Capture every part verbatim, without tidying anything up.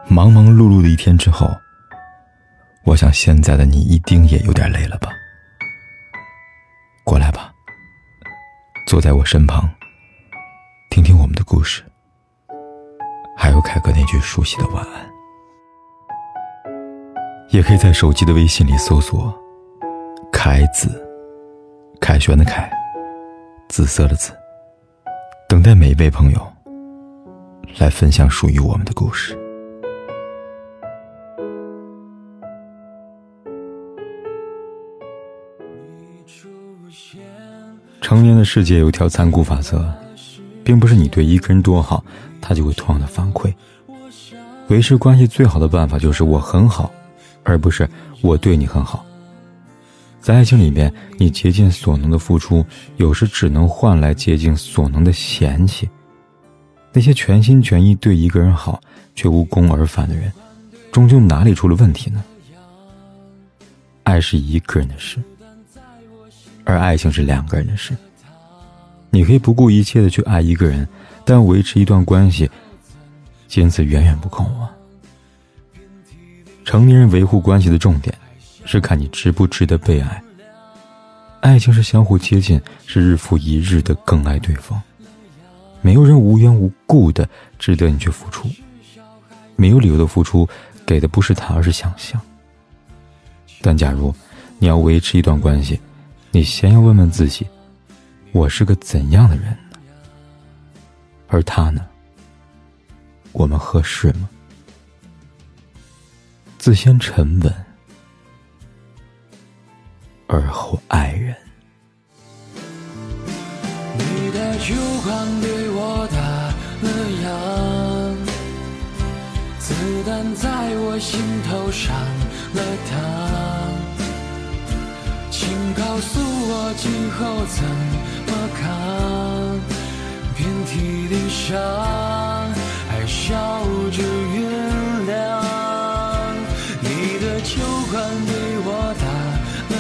忙忙碌碌的一天之后，我想现在的你一定也有点累了吧。过来吧，坐在我身旁，听听我们的故事，还有凯哥那句熟悉的晚安。也可以在手机的微信里搜索凯子，凯旋的凯，紫色的紫，等待每一位朋友来分享属于我们的故事。成年的世界有一条残酷法则，并不是你对一个人多好，他就会同样的反馈。维持关系最好的办法就是我很好，而不是我对你很好。在爱情里面，你竭尽所能的付出，有时只能换来竭尽所能的嫌弃。那些全心全意对一个人好却无功而返的人，终究哪里出了问题呢？爱是一个人的事，而爱情是两个人的事。你可以不顾一切的去爱一个人，但维持一段关系仅此远远不够啊。成年人维护关系的重点是看你值不值得被爱。爱情是相互接近，是日复一日的更爱对方。没有人无缘无故的值得你去付出，没有理由的付出给的不是他，而是想象。但假如你要维持一段关系，你先要问问自己，我是个怎样的人呢？而他呢？我们合适吗？自先沉稳，而后爱人。 你的酒馆对我打了烊，子弹在我心头上了膛，请告诉我今后怎么扛，遍体鳞伤还笑着原谅。你的酒馆对我打了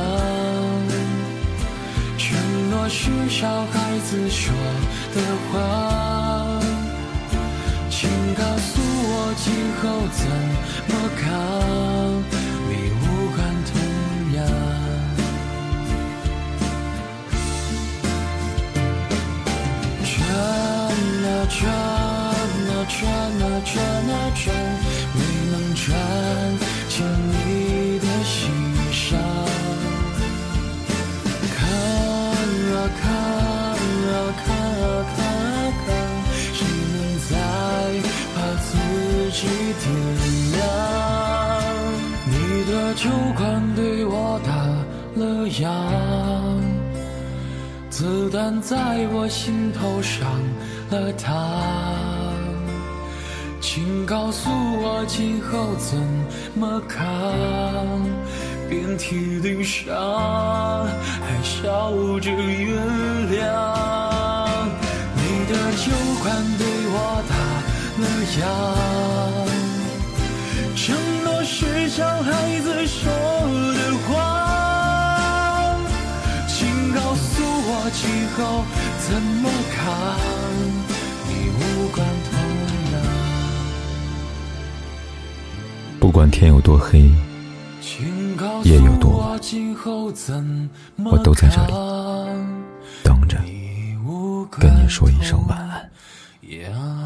烊，承诺是小孩子说的话，请告诉我今后怎么扛，你无关痛痒。转啊转啊转啊转啊转，没能转进你的心上。看啊看啊看啊看啊看，谁能再把自己点亮？你的酒馆对我打了烊，子弹在我心头上了膛，请告诉我今后怎么扛，遍体鳞伤还笑着原谅。你的酒馆对我打了烊，承诺是小孩子说的话，请告诉我今后怎么扛，你无关痛痒。 不管天有多黑，夜有多晚，我都在这里等着跟你说一声晚安。